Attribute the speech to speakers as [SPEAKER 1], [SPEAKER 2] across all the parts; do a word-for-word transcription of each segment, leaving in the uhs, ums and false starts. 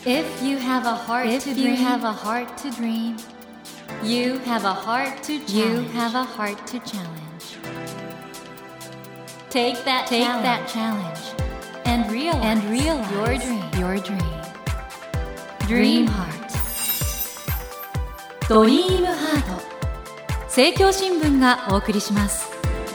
[SPEAKER 1] If you have a heart
[SPEAKER 2] If
[SPEAKER 1] to
[SPEAKER 2] you
[SPEAKER 1] dream,
[SPEAKER 2] have a heart to dream,
[SPEAKER 1] you have a heart to challenge.
[SPEAKER 2] you have a heart to challenge.
[SPEAKER 1] Take that
[SPEAKER 2] Take
[SPEAKER 1] challenge
[SPEAKER 2] that challenge
[SPEAKER 1] and realize,
[SPEAKER 2] and realize
[SPEAKER 1] your dream.
[SPEAKER 2] your dream.
[SPEAKER 1] Dream
[SPEAKER 2] Dream
[SPEAKER 1] Heart.
[SPEAKER 2] Heart ドリームハート政教新聞がお送りします。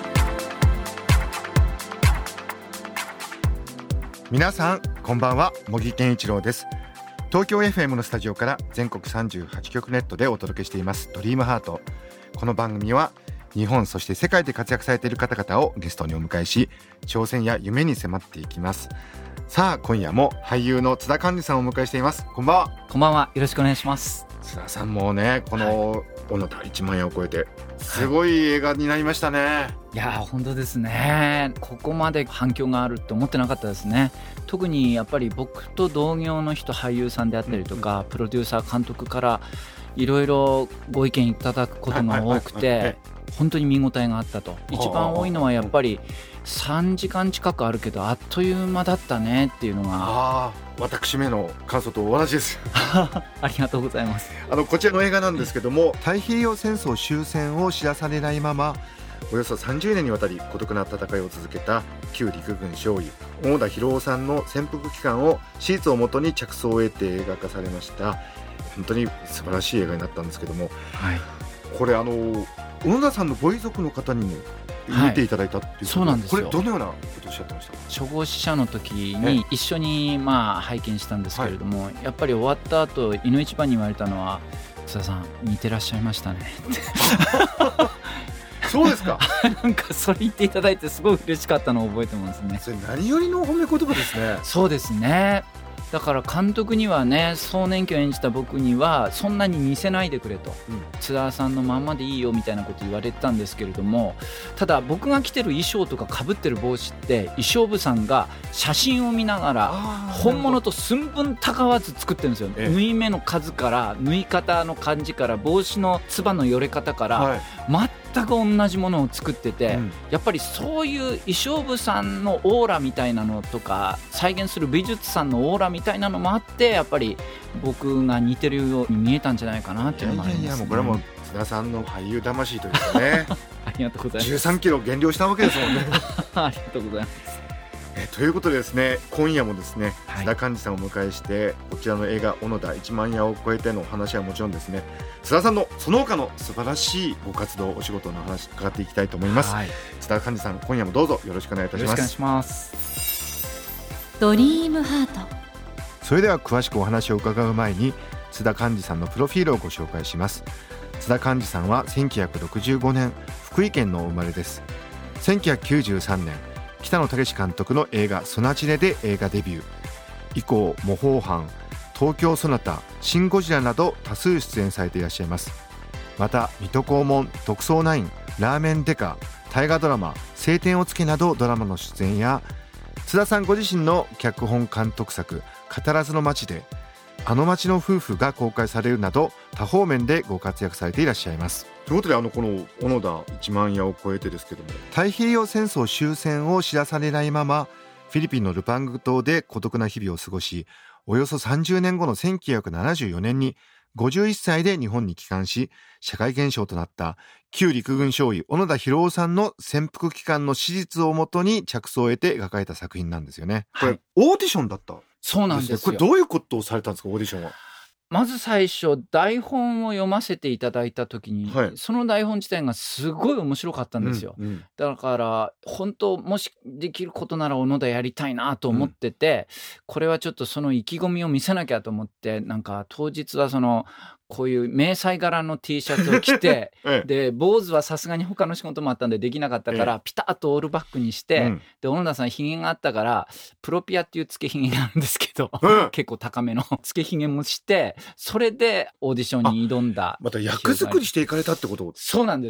[SPEAKER 3] 皆さんこんばんは、茂木健一郎です。東京 エフエム のスタジオから全国さんじゅうはちきょくネットでお届けしていますドリームハート。この番組は日本そして世界で活躍されている方々をゲストにお迎えし、挑戦や夢に迫っていきます。さあ今夜も俳優の津田寛治さんをお迎えしています。こんばんは。
[SPEAKER 4] こんばんは、よろしくお願いします。
[SPEAKER 3] 津田さんもね、この小野田いちまんえんを超えてすごい映画になりましたね、はい、
[SPEAKER 4] いや本当ですね。ここまで反響があるって思ってなかったですね。特にやっぱり僕と同業の人、俳優さんであったりとか、うんうん、プロデューサー監督からいろいろご意見いただくことが多くて、本当に見応えがあったと。一番多いのはやっぱりさんじかん近くあるけどあっという間だったねっていうのが。
[SPEAKER 3] あ私めの感想と同じです
[SPEAKER 4] ありがとうございます。
[SPEAKER 3] あのこちらの映画なんですけども、太平洋戦争終戦を知らされないままおよそさんじゅうねんにわたり孤独な戦いを続けた旧陸軍少尉小野田博夫さんの潜伏期間を史実をもとに着想を得て映画化されました。本当に素晴らしい映画になったんですけども、
[SPEAKER 4] はい、
[SPEAKER 3] これあの小野田さんのご遺族の方にも見ていただいたっていう、はい、
[SPEAKER 4] そうなんですよ。
[SPEAKER 3] これどのようなことをおっしゃってましたか？
[SPEAKER 4] 初号死者の時に一緒にまあ拝見したんですけれども、はい、やっぱり終わった後いの一番に言われたのは、津田さん似てらっしゃいましたねって
[SPEAKER 3] そうですか
[SPEAKER 4] なんかそれ言っていただいてすごい嬉しかったのを覚えてますね。
[SPEAKER 3] それ何よりの褒め言葉ですね。
[SPEAKER 4] そうですね。だから監督にはね、壮年期を演じた僕にはそんなに似せないでくれと、うん、津田さんのまんまでいいよみたいなこと言われてたんですけれども、ただ僕が着てる衣装とか被ってる帽子って衣装部さんが写真を見ながら本物と寸分たがわず作ってるんですよ、ええ、縫い目の数から縫い方の感じから帽子のつばのよれ方から、はい、全く同じものを作ってて、うん、やっぱりそういう衣装部さんのオーラみたいなのとか再現する美術さんのオーラみたいなのもあって、やっぱり僕が似てるように見えたんじゃないかなっていうのもありますね。いやいやいや、もうこれはもう
[SPEAKER 3] 津田さんの俳優魂というかね
[SPEAKER 4] ありがとうございます。
[SPEAKER 3] じゅうさんキロ減量したわけですもんね
[SPEAKER 4] ありがとうございます。
[SPEAKER 3] えということでですね、今夜もですね、津田寛治さんをお迎えして、はい、こちらの映画小野田いちまんえんを超えてのお話はもちろんですね、津田さんのその他の素晴らしいご活動お仕事の話伺っていきたいと思います、はい、津田寛治さん、今夜もどうぞよろしくお願いいたします。
[SPEAKER 4] よろしくお願いします。
[SPEAKER 2] ドリームハート。
[SPEAKER 3] それでは詳しくお話を伺う前に津田寛治さんのプロフィールをご紹介します。津田寛治さんはせんきゅうひゃくろくじゅうごねん福井県のお生まれです。せんきゅうひゃくきゅうじゅうさんねん北野武監督の映画ソナチネで映画デビュー以降、模倣犯、東京ソナタ、シン・ゴジラなど多数出演されていらっしゃいます。また水戸黄門、特捜ナイン、ラーメンデカ、大河ドラマ青天を衝けなどドラマの出演や、津田さんご自身の脚本監督作語らずの街であの街の夫婦が公開されるなど多方面でご活躍されていらっしゃいます。ということで、あのこの小野田いちまんえんを超えてですけども、太平洋戦争終戦を知らされないままフィリピンのルパング島で孤独な日々を過ごし、およそさんじゅうねんごのせんきゅうひゃくななじゅうよねんにごじゅういっさいで日本に帰還し社会現象となった旧陸軍少尉小野田博夫さんの潜伏期間の史実をもとに着想を得て描かれた作品なんですよね、はい、これオーディションだった。
[SPEAKER 4] そうなんですよ。
[SPEAKER 3] これどういうことをされたんですか、オーディションは。
[SPEAKER 4] まず最初台本を読ませていただいた時に、はい、その台本自体がすごい面白かったんですよ、うんうん、だから本当もしできることなら小野田やりたいなと思ってて、うん、これはちょっとその意気込みを見せなきゃと思って、なんか当日はそのこういう迷彩柄の T シャツを着て、ええ、で坊主はさすがに他の仕事もあったんでできなかったから、ええ、ピタッとオールバックにして、うん、で小野田さんひげがあったからプロピアっていうつけひげがあるんですけど、うん、結構高めのつけひげもして、それでオーディションに挑んだ。
[SPEAKER 3] また役作りしていかれたってこと。
[SPEAKER 4] そうなんですよ。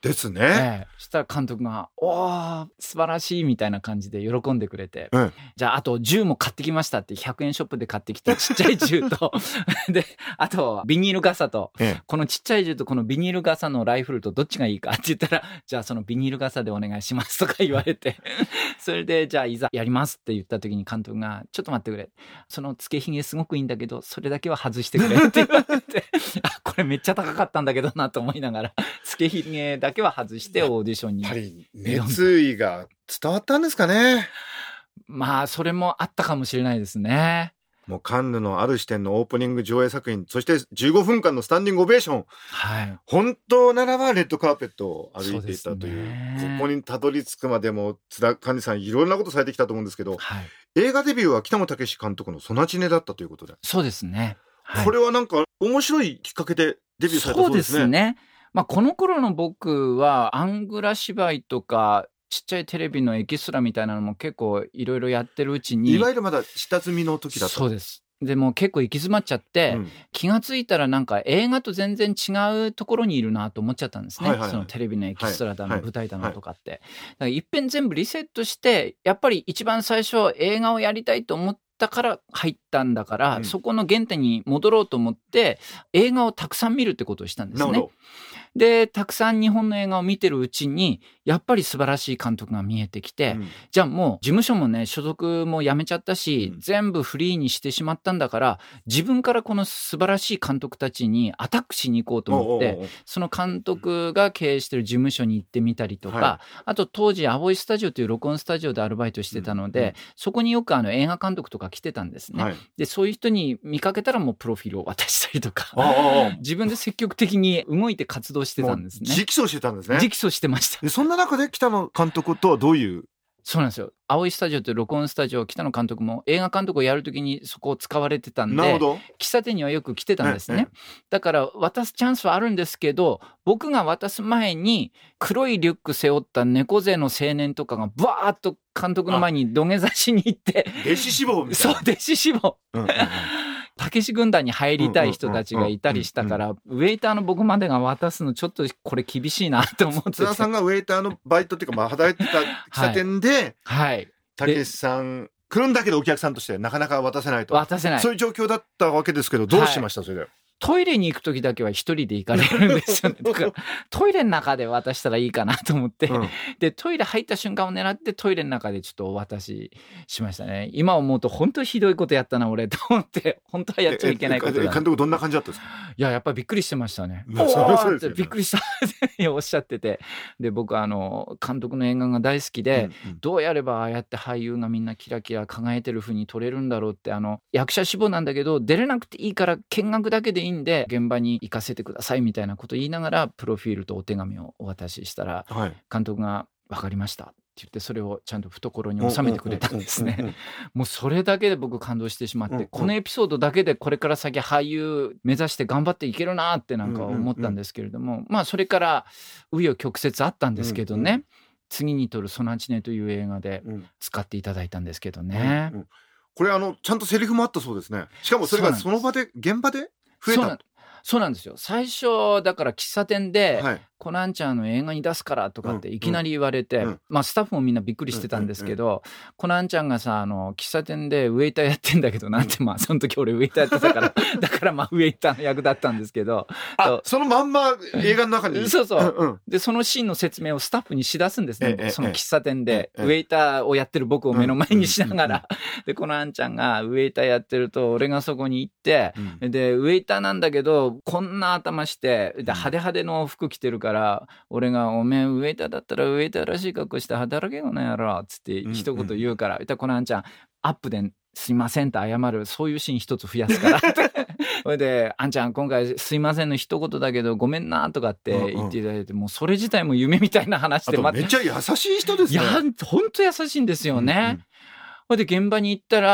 [SPEAKER 3] ですね、
[SPEAKER 4] ええ、そしたら監督がおー素晴らしいみたいな感じで喜んでくれて、
[SPEAKER 3] うん、
[SPEAKER 4] じゃああと銃も買ってきましたってひゃくえんショップで買ってきてちっちゃい銃とであとビニール傘と、
[SPEAKER 3] ええ、
[SPEAKER 4] このちっちゃい銃とこのビニール傘のライフルとどっちがいいかって言ったら、じゃあそのビニール傘でお願いしますとか言われてそれでじゃあいざやりますって言った時に監督がちょっと待ってくれ、そのつけひげすごくいいんだけどそれだけは外してくれって言われてあこれめっちゃ高かったんだけどなと思いながらつけひげだけは外してオーディションに。
[SPEAKER 3] やっぱり熱意が伝わったんですかね。
[SPEAKER 4] まあそれもあったかもしれないですね。
[SPEAKER 3] もうカンヌのある視点のオープニング上映作品、そしてじゅうごふんかんのスタンディングオベーション、
[SPEAKER 4] はい、
[SPEAKER 3] 本当ならばレッドカーペットを歩いていたという、
[SPEAKER 4] ね、
[SPEAKER 3] ここにたどり着くまでも津田寛治さんいろんなことされてきたと思うんですけど、
[SPEAKER 4] はい、
[SPEAKER 3] 映画デビューは北野武監督のソナチネだったということで。
[SPEAKER 4] そうですね、はい、
[SPEAKER 3] これはなんか面白いきっかけでデビューされたそうですね。
[SPEAKER 4] そうですね、まあ、この頃の僕はアングラ芝居とかちっちゃいテレビのエキストラみたいなのも結構いろいろやってるうちに、
[SPEAKER 3] いわゆるまだ下積みの時だった。
[SPEAKER 4] そうです。でも結構行き詰まっちゃって、うん、気がついたらなんか映画と全然違うところにいるなと思っちゃったんですね、はいはいはい、そのテレビのエキストラだの、はい、舞台だのとかって、はいはい、だからいっぺん全部リセットしてやっぱり一番最初映画をやりたいと思ったから入ったんだから、うん、そこの原点に戻ろうと思って映画をたくさん見るってことをしたんですね。でたくさん日本の映画を見てるうちにやっぱり素晴らしい監督が見えてきて、うん、じゃあもう事務所もね所属も辞めちゃったし、うん、全部フリーにしてしまったんだから自分からこの素晴らしい監督たちにアタックしに行こうと思って、おうおうおう、その監督が経営してる事務所に行ってみたりとか、はい、あと当時アボイスタジオという録音スタジオでアルバイトしてたので、うんうん、そこによくあの映画監督とか来てたんですね、はい、でそういう人に見かけたらもうプロフィールを渡したりとか自分で積極的に動いて活動してたんですね。
[SPEAKER 3] 直訴してたんですね。
[SPEAKER 4] 直訴してました。
[SPEAKER 3] でそんな中で北野監督とはどういう。
[SPEAKER 4] そうなんですよ。青いスタジオという録音スタジオ、北野監督も映画監督をやるときにそこを使われてたんで、喫茶店にはよく来てたんですね。だから渡すチャンスはあるんですけど、僕が渡す前に黒いリュック背負った猫背の青年とかがバーッと監督の前に土下座しに行って、
[SPEAKER 3] 弟子志望みたいな。
[SPEAKER 4] そう弟子志望。うんうんうん、たけし軍団に入りたい人たちがいたりしたから、ウェイターの僕までが渡すのちょっとこれ厳しいなと思ってて、
[SPEAKER 3] 津田さんがウェイターのバイトっていうか、まあ、働いてた喫茶店で、はい、たけしさん来るんだけどお客さんとしてなかなか渡せないと、
[SPEAKER 4] 渡せない、
[SPEAKER 3] そういう状況だったわけですけど、どうしました、はい、それで。
[SPEAKER 4] トイレに行く時だけは一人で行かれるんですよね。だからトイレの中で渡したらいいかなと思って、うん、でトイレ入った瞬間を狙ってトイレの中でちょっとお渡ししましたね。今思うと本当にひどいことやったな俺と思って、本当はやっちゃいけないことだ。
[SPEAKER 3] 監督どんな感じだったんですか。
[SPEAKER 4] いややっぱりびっくりしてましたね。
[SPEAKER 3] おーって
[SPEAKER 4] びっくりしたっておっしゃってて、で僕はあの監督の映画が大好きで、うんうん、どうやればああやって俳優がみんなキラキラ輝いてる風に撮れるんだろうって、あの役者志望なんだけど出れなくていいから見学だけでいいんで現場に行かせてくださいみたいなことを言いながらプロフィールとお手紙をお渡ししたら、はい、監督が分かりましたって言ってそれをちゃんと懐に収めてくれたんですね。もうそれだけで僕感動してしまって、うんうん、このエピソードだけでこれから先俳優目指して頑張っていけるなってなんか思ったんですけれども、うんうんうん、まあそれから紆余曲折あったんですけどね、うんうん、次に撮るソナチネという映画で使っていただいたんですけどね、うんうん、
[SPEAKER 3] これあのちゃんとセリフもあったそうですね。しかもそれがその場で現場で増えた。
[SPEAKER 4] そうなんですよ。最初だから喫茶店で、はい、コナンちゃんの映画に出すからとかっていきなり言われて、うんうん、まあスタッフもみんなびっくりしてたんですけど、うんうんうん、コナンちゃんがさあの喫茶店でウェイターやってんだけどなんて、まあその時俺ウェイターやってたからだからまあウェイターの役だったんですけど、
[SPEAKER 3] あそのまんま映画の中に
[SPEAKER 4] そうそう、うんうん、でそのシーンの説明をスタッフにしだすんですね、ええ、その喫茶店で、ええ、ウェイターをやってる僕を目の前にしながら、うんうんうん、でコナンちゃんがウェイターやってると俺がそこに行って、うん、でウェイターなんだけどこんな頭してで派手派手の服着てるから俺がおめえウェイターだったらウェイターらしい格好して働けよなやろっつって一言言うから、うんうん、コナンちゃんアップですいませんって謝る、そういうシーン一つ増やすからそれであんちゃん今回すいませんの一言だけどごめんなとかって言っていただいて、うんうん、もうそれ自体も夢みたいな話で、
[SPEAKER 3] あとめっちゃ優しい人ですね。
[SPEAKER 4] いや本当優しいんですよね、うんうん、それで現場に行ったら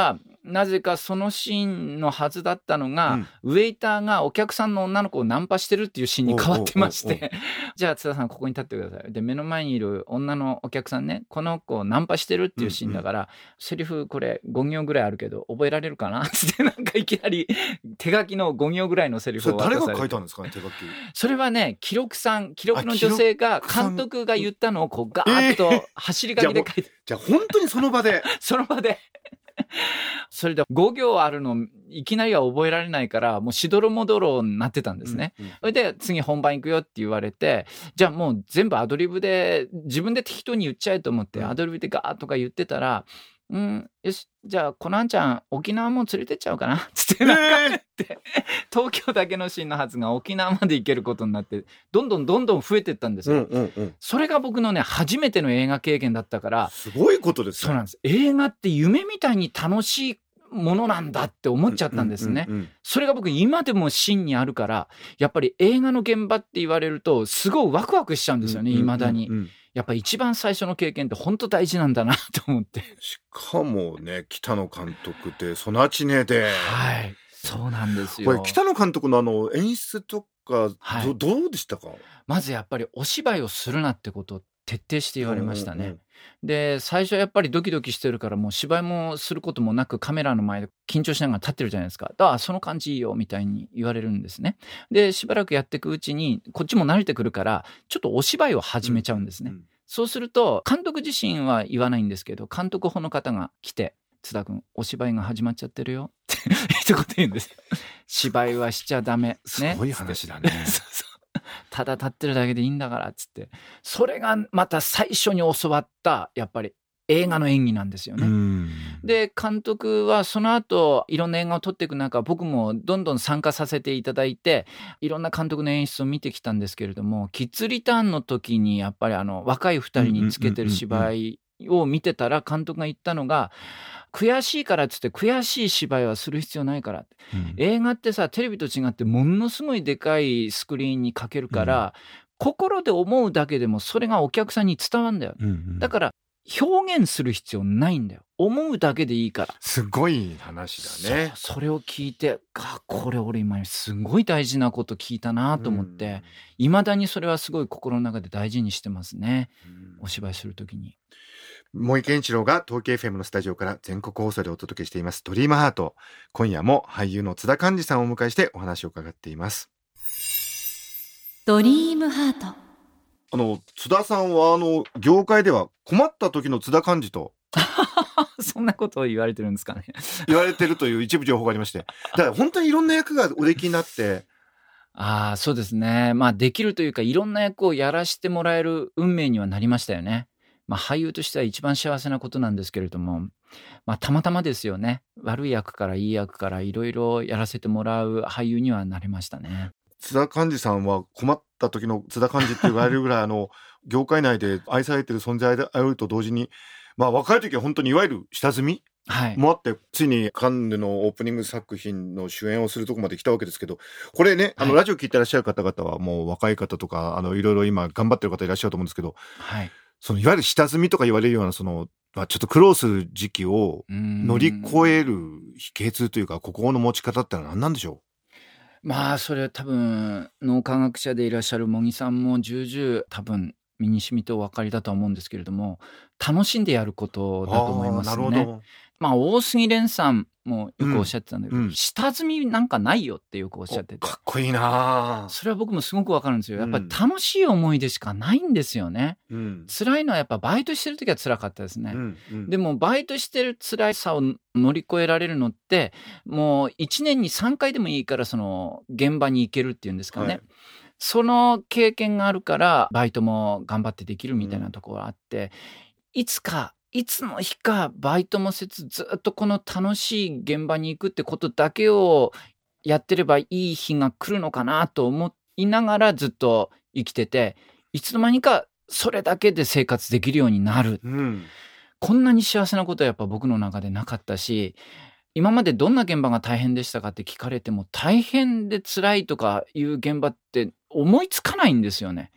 [SPEAKER 4] なぜかそのシーンのはずだったのが、
[SPEAKER 3] うん、
[SPEAKER 4] ウェイターがお客さんの女の子をナンパしてるっていうシーンに変わってまして、おうおうおうおうじゃあ津田さんここに立ってください。で目の前にいる女のお客さんね、この子をナンパしてるっていうシーンだから、うんうん、セリフこれご行ぐらいあるけど覚えられるかなってなんかいきなり手書きのご行ぐらいのセリフを渡されて。
[SPEAKER 3] それ誰が書いたんですかね、手書き。
[SPEAKER 4] それはね、記録さん記録の女性が監督が言ったのをこうガーッと走り書きで書いて、えー、
[SPEAKER 3] じゃあ本当にその場で
[SPEAKER 4] その場でそれでご行あるのいきなりは覚えられないからもうしどろもどろになってたんですね、うんうん、それで次本番行くよって言われて、じゃあもう全部アドリブで自分で適当に言っちゃえと思って、うん、アドリブでガーッとか言ってたら、うんよしじゃあコナンちゃん沖縄も連れてっちゃうかなつってなんか言って、えー、東京だけのシーンのはずが沖縄まで行けることになってどんどんどんどん増えていったんですよ、うんうんうん、それが僕のね初めての映画経験だったから。
[SPEAKER 3] すごいことですね。
[SPEAKER 4] そうなんです。映画って夢みたいに楽しいものなんだって思っちゃったんですね、うんうんうんうん、それが僕今でも芯にあるから、やっぱり映画の現場って言われるとすごいワクワクしちゃうんですよね、未だに、うんうんうん、やっぱ一番最初の経験って本当大事なんだなと思って。
[SPEAKER 3] しかもね、北野監督ってソナチネで、
[SPEAKER 4] はい、そうなんですよ。
[SPEAKER 3] これ北野監督のあの演出とか、はい、ど, どうでしたか。
[SPEAKER 4] まずやっぱりお芝居をするなってことを徹底して言われましたね、うんうんうん、で最初はやっぱりドキドキしてるからもう芝居もすることもなくカメラの前で緊張しながら立ってるじゃないですか。ああその感じいいよみたいに言われるんですね。でしばらくやっていくうちにこっちも慣れてくるからちょっとお芝居を始めちゃうんですね、うんうん、そうすると監督自身は言わないんですけど、監督補の方が来て、津田君お芝居が始まっちゃってるよって一言言うんですよ。芝居はしちゃダメ、ね、
[SPEAKER 3] すごい話だね。
[SPEAKER 4] そうそう、ただ立ってるだけでいいんだからっつって、それがまた最初に教わったやっぱり映画の演技なんですよね。うんで監督はその後いろんな映画を撮っていく中、僕もどんどん参加させていただいていろんな監督の演出を見てきたんですけれども、キッズリターンの時にやっぱりあの若いふたりにつけてる芝居を見てたら監督が言ったのが、悔しいからっつって悔しい芝居はする必要ないからって、うん、映画ってさテレビと違ってものすごいでかいスクリーンにかけるから、うん、心で思うだけでもそれがお客さんに伝わるんだよ、うんうん、だから表現する必要ないんだよ、思うだけでいいから。
[SPEAKER 3] すごい話だね。
[SPEAKER 4] そ, それを聞いて、あこれ俺今すごい大事なこと聞いたなと思っていま、うん、だにそれはすごい心の中で大事にしてますね、うん、お芝居するときに。
[SPEAKER 3] 森健一郎が東京 エフエム のスタジオから全国放送でお届けしていますドリームハート。今夜も俳優の津田寛治さんをお迎えしてお話を伺っています。
[SPEAKER 2] ドリームハート。
[SPEAKER 3] あの津田さんはあの業界では困った時の津田寛治と
[SPEAKER 4] そんなことを言われてるんですかね。
[SPEAKER 3] 言われてるという一部情報がありまして、だから本当にいろんな役がおできになって
[SPEAKER 4] ああそうですね、まあできるというかいろんな役をやらせてもらえる運命にはなりましたよね。まあ、俳優としては一番幸せなことなんですけれども、まあ、たまたまですよね。悪い役からいい役からいろいろやらせてもらう俳優にはなれましたね。
[SPEAKER 3] 津田寛治さんは困った時の津田寛治って言われるぐらいあの業界内で愛されている存在であると同時に、まあ、若い時は本当にいわゆる下積みもあって、はい、ついにカンヌのオープニング作品の主演をするとこまで来たわけですけど、これね、あのラジオ聞いてらっしゃる方々はもう若い方とかあのいろいろ今頑張ってる方いらっしゃると思うんですけど、はいそのいわゆる下積みとか言われるようなその、まあ、ちょっと苦労する時期を乗り越える秘訣というか心の持ち方ってのは何なんでしょう。
[SPEAKER 4] まあそれは多分脳科学者でいらっしゃる茂木さんも重々多分身に染みてお分かりだとは思うんですけれども、楽しんでやることだと思いますね。なるほど。まあ大杉蓮さんもよくおっしゃってたんだけど、うんうん、下積みなんかないよってよくおっしゃってて、
[SPEAKER 3] かっこいいな。
[SPEAKER 4] それは僕もすごくわかるんですよ。やっぱり楽しい思い出しかないんですよね、うん、辛いのはやっぱバイトしてる時は辛かったですね、うんうん、でもバイトしてる辛さを乗り越えられるのってもういちねんにさんかいでもいいからその現場に行けるっていうんですかね、はい、その経験があるからバイトも頑張ってできるみたいなところがあって、うん、いつかいつの日かバイトもせずずっとこの楽しい現場に行くってことだけをやってればいい日が来るのかなと思いながらずっと生きてて、いつの間にかそれだけで生活できるようになる、うん、こんなに幸せなことはやっぱ僕の中でなかったし、今までどんな現場が大変でしたかって聞かれても大変で辛いとかいう現場って思いつかないんですよね。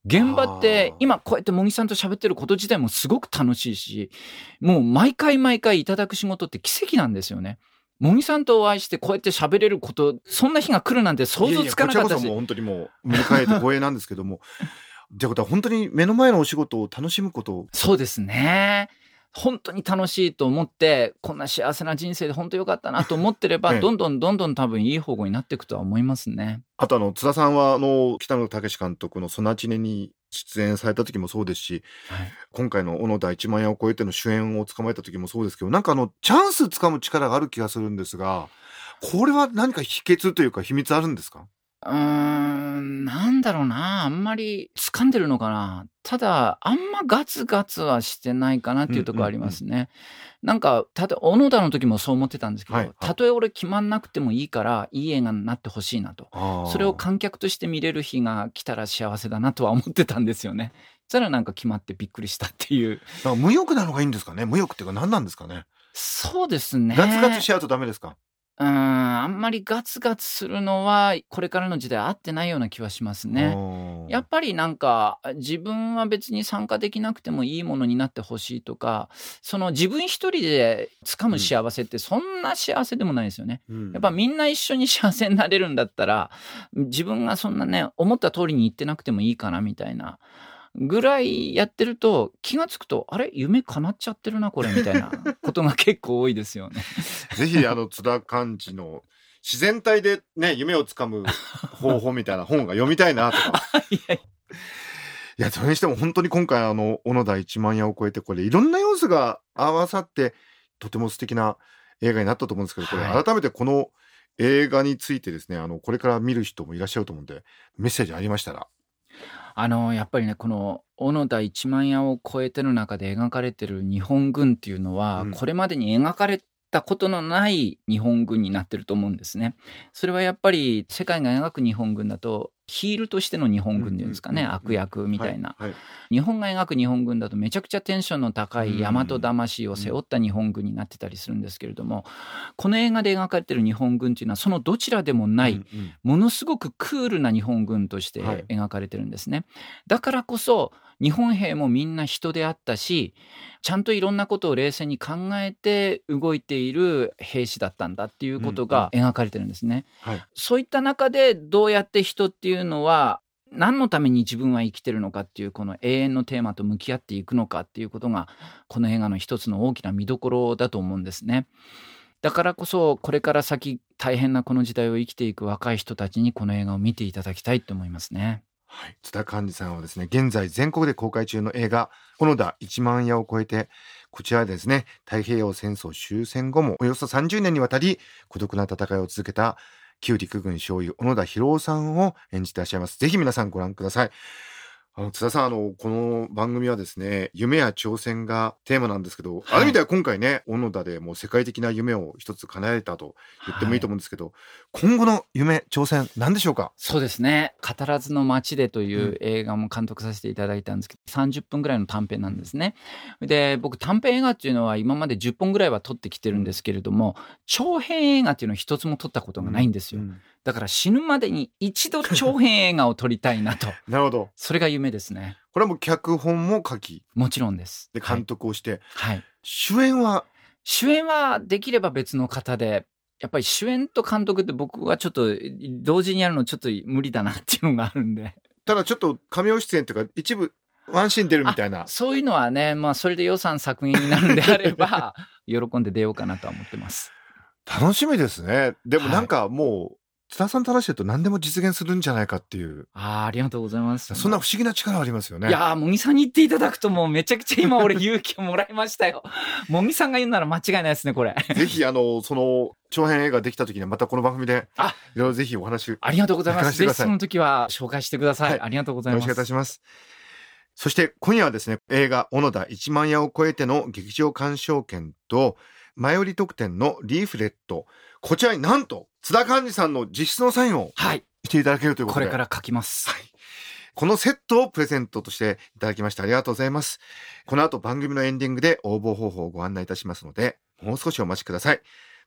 [SPEAKER 4] 現場って
[SPEAKER 3] あー
[SPEAKER 4] 今こうやって茂木さんと喋ってること自体もすごく楽しいし、もう毎回毎回いただく仕事って奇跡なんですよね。茂木さんとお会いしてこうやって喋れること、そんな日が来るなんて想像つかなかったし。
[SPEAKER 3] いやいやこちらこそもう本当にもう迎えて光栄なんですけどもってことは本当に目の前のお仕事を楽しむことを。
[SPEAKER 4] そうですね。本当に楽しいと思って、こんな幸せな人生で本当良かったなと思ってれば、
[SPEAKER 3] ええ
[SPEAKER 4] どんどんどんどん多分いい方向になっていくとは思いますね。
[SPEAKER 3] あとあの津田さんはあの北野武監督の「ソナチネ」に出演された時もそうですし、
[SPEAKER 4] はい、
[SPEAKER 3] 今回の小野田いちまん円を超えての主演を捕まえた時もそうですけど、なんかあのチャンスつかむ力がある気がするんですが、これは何か秘訣というか秘密あるんですか？
[SPEAKER 4] うーん、なんだろうな、あんまり掴んでるのかな。ただ、あんまガツガツはしてないかなっていうところありますね。なんか、たとえ小野田の時もそう思ってたんですけど、
[SPEAKER 3] はいはい
[SPEAKER 4] たとえ俺決まんなくてもいいから、いい映画になってほしいなと。
[SPEAKER 3] あー
[SPEAKER 4] それを観客として見れる日が来たら幸せだなとは思ってたんですよね。そしたらなんか決まってびっくりしたっていう。
[SPEAKER 3] だから無欲なのがいいんですかね？無欲っていうか何なんですかね？
[SPEAKER 4] そうですね。
[SPEAKER 3] ガツガツしちゃうとダメですか？
[SPEAKER 4] うーん、あんまりガツガツするのは、これからの時代合ってないような気はしますね。
[SPEAKER 3] ね
[SPEAKER 4] やっぱりなんか自分は別に参加できなくてもいいものになってほしいとか、その自分一人で掴む幸せってそんな幸せでもないですよね。やっぱみんな一緒に幸せになれるんだったら、自分がそんなね、思った通りに言ってなくてもいいかなみたいなぐらいやってると、気がつくと、あれ夢叶っちゃってるなこれみたいなことが結構多いですよね。
[SPEAKER 3] ぜひあの津田寛治の自然体でね夢をつかむ方法みたいな本が読みたいなとか
[SPEAKER 4] いやい
[SPEAKER 3] いやそれにしても本当に今回あの小野田いちまん円を超えてこれいろんな要素が合わさってとても素敵な映画になったと思うんですけど、これ
[SPEAKER 4] はい
[SPEAKER 3] 改めてこの映画についてですね、あのこれから見る人もいらっしゃると思うんでメッセージありましたら。
[SPEAKER 4] あのやっぱりね、この小野田いちまん円を超えての中で描かれてる日本軍っていうのは、
[SPEAKER 3] うん
[SPEAKER 4] これまでに描かれたことのない日本軍になってると思うんですね。それはやっぱり世界が描く日本軍だとヒールとしての日本軍っていうんですかね、
[SPEAKER 3] うんうんうんうん
[SPEAKER 4] 悪役みたいな、
[SPEAKER 3] はいはい
[SPEAKER 4] 日本が描く日本軍だとめちゃくちゃテンションの高い大和魂を背負った日本軍になってたりするんですけれども、この映画で描かれてる日本軍っていうのはそのどちらでもない、
[SPEAKER 3] うんうん
[SPEAKER 4] ものすごくクールな日本軍として
[SPEAKER 3] はい
[SPEAKER 4] 描かれてるんですね。だからこそ日本兵もみんな人であったし、ちゃんといろんなことを冷静に考えて動いている兵士だったんだっていうことが描かれてるんですね。
[SPEAKER 3] はい
[SPEAKER 4] そういった中でどうやって人っていうのは何のために自分は生きてるのかっていう、この永遠のテーマと向き合っていくのかっていうことがこの映画の一つの大きな見どころだと思うんですね。だからこそこれから先大変なこの時代を生きていく若い人たちにこの映画を見ていただきたいと思いますね。
[SPEAKER 3] はい、津田寛治さんはですね現在全国で公開中の映画小野田いちまん円を超えて、こちらですね太平洋戦争終戦後もおよそさんじゅうねんにわたり孤独な戦いを続けた旧陸軍少尉小野田博夫さんを演じていらっしゃいます。ぜひ皆さんご覧ください。あの津田さん、あのこの番組はですね夢や挑戦がテーマなんですけど、
[SPEAKER 4] はい
[SPEAKER 3] ある意味では今回ね小野田でもう世界的な夢を一つ叶えたと言ってもいいと思うんですけど、今後の夢挑戦何でしょうか？
[SPEAKER 4] そうですね、語らずの街でという映画も監督させていただいたんですけど、さんじゅっぷんぐらいの短編なんですね。で、僕短編映画っていうのは今までじゅっぽんぐらいは撮ってきてるんですけれども、長編映画っていうのを一つも撮ったことがないんですよ。
[SPEAKER 3] うん
[SPEAKER 4] だから死ぬまでに一度長編映画を撮りたいなと
[SPEAKER 3] なるほど。
[SPEAKER 4] それが夢ですね。
[SPEAKER 3] これはもう脚本も書き
[SPEAKER 4] もちろんです。
[SPEAKER 3] で監督をして、
[SPEAKER 4] はい、はい、
[SPEAKER 3] 主演は
[SPEAKER 4] 主演はできれば別の方で、やっぱり主演と監督って僕はちょっと同時にやるのちょっと無理だなっていうのがあるんで、
[SPEAKER 3] ただちょっとカメオ出演というか一部ワンシーン出るみたいな。
[SPEAKER 4] そういうのはね、まあそれで予算削減になるんであれば喜んで出ようかなとは思ってます。
[SPEAKER 3] 楽しみですね。でもなんかもう、津田さんと話してると何でも実現するんじゃないかっていう、
[SPEAKER 4] あー、ありがとうございます。
[SPEAKER 3] そんな不思議な力ありますよね。
[SPEAKER 4] いやー、茂木さんに言っていただくともうめちゃくちゃ今俺勇気をもらいましたよ。茂木さんが言うなら間違いないですねこれ。
[SPEAKER 3] ぜひあのその長編映画できた時にはまたこの番組で
[SPEAKER 4] あ
[SPEAKER 3] いろいろぜひお話
[SPEAKER 4] ありがとうございます。
[SPEAKER 3] 聞かせてください
[SPEAKER 4] ぜひその時は紹介してください。
[SPEAKER 3] はい
[SPEAKER 4] ありがとうございます。
[SPEAKER 3] よろしくお願いいたします。そして今夜はですね映画小野田いちまん円を超えての劇場鑑賞券と前売り特典のリーフレット、こちらになんと津田寛治さんの実質のサインを
[SPEAKER 4] はい、
[SPEAKER 3] していただけるということで、
[SPEAKER 4] これから書きます。
[SPEAKER 3] はいこのセットをプレゼントとしていただきましてありがとうございます。この後番組のエンディングで応募方法をご案内いたしますので、もう少しお待ちください。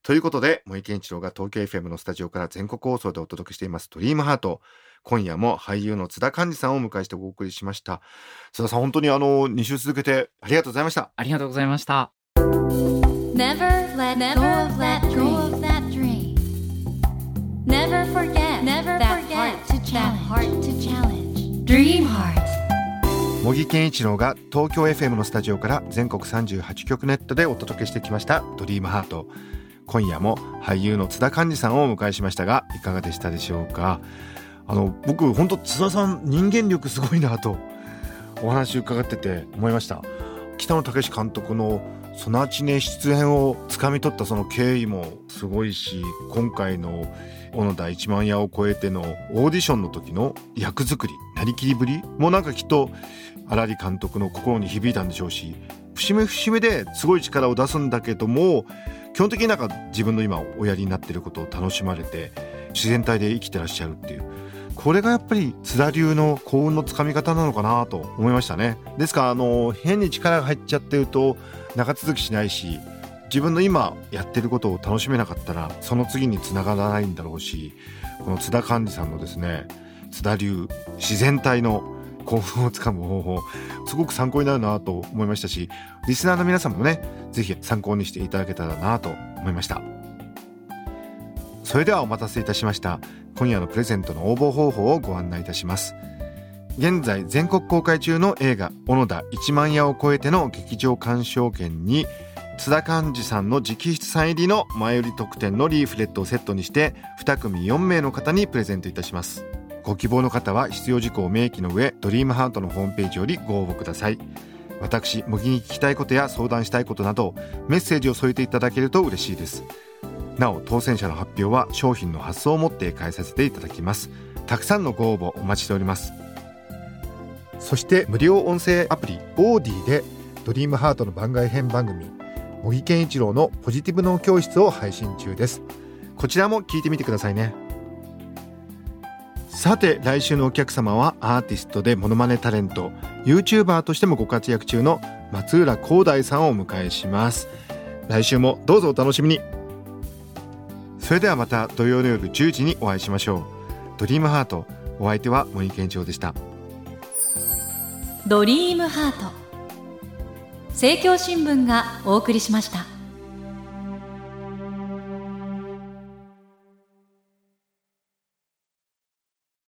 [SPEAKER 3] ということで、森健一郎が東京 エフエム のスタジオから全国放送でお届けしていますドリームハート。今夜も俳優の津田寛治さんをお迎えしてお送りしました。津田さん、本当にあのに週続けてありがとうございました。
[SPEAKER 4] ありがとうございました。
[SPEAKER 1] Never let go of that dream. Never forget that heart to challenge. Dream Heart。
[SPEAKER 3] 茂木健一郎が東京 エフエム のスタジオから全国さんじゅうはちきょくネットでお届けしてきましたドリームハート。今夜も俳優の津田寛治さんをお迎えしましたが、いかがでしたでしょうか。あの僕本当津田さん人間力すごいなとお話伺ってて思いました。北野武監督のソナチネ出演をつかみ取ったその経緯もすごいし、今回の小野田いちまん夜を超えてのオーディションの時の役作り、なりきりぶりもなんかきっと荒木監督の心に響いたんでしょうし、節目節目ですごい力を出すんだけども、基本的になんか自分の今おやりになっていることを楽しまれて自然体で生きてらっしゃるっていう、これがやっぱり津田流の幸運のつかみ方なのかなと思いましたね。ですからあの変に力が入っちゃってると長続きしないし、自分の今やってることを楽しめなかったらその次につながらないんだろうし、この津田寛治さんのですね、津田流自然体の幸運をつかむ方法、すごく参考になるなと思いましたし、リスナーの皆さんもね、ぜひ参考にしていただけたらなと思いました。それではお待たせいたしました。今夜のプレゼントの応募方法をご案内いたします。現在全国公開中の映画小野田いちまん夜を超えての劇場鑑賞券に、津田寛治さんの直筆サイン入りの前売り特典のリーフレットをセットにしてに組よん名の方にプレゼントいたします。ご希望の方は必要事項を明記の上、ドリームハートのホームページよりご応募ください。私茂木に聞きたいことや相談したいことなどメッセージを添えていただけると嬉しいです。なお当選者の発表は商品の発送をもって返させていただきます。たくさんのご応募お待ちしております。そして無料音声アプリオーディでドリームハートの番外編番組茂木健一郎のポジティブ脳教室を配信中です。こちらも聞いてみてくださいね。さて来週のお客様はアーティストでモノマネタレント YouTuber としてもご活躍中の松浦航大さんをお迎えします。来週もどうぞお楽しみに。それではまた土曜の夜じゅうじにお会いしましょう。ドリームハート、お相手は茂木健一郎でした。
[SPEAKER 2] ドリームハート、政教新聞がお送りしました。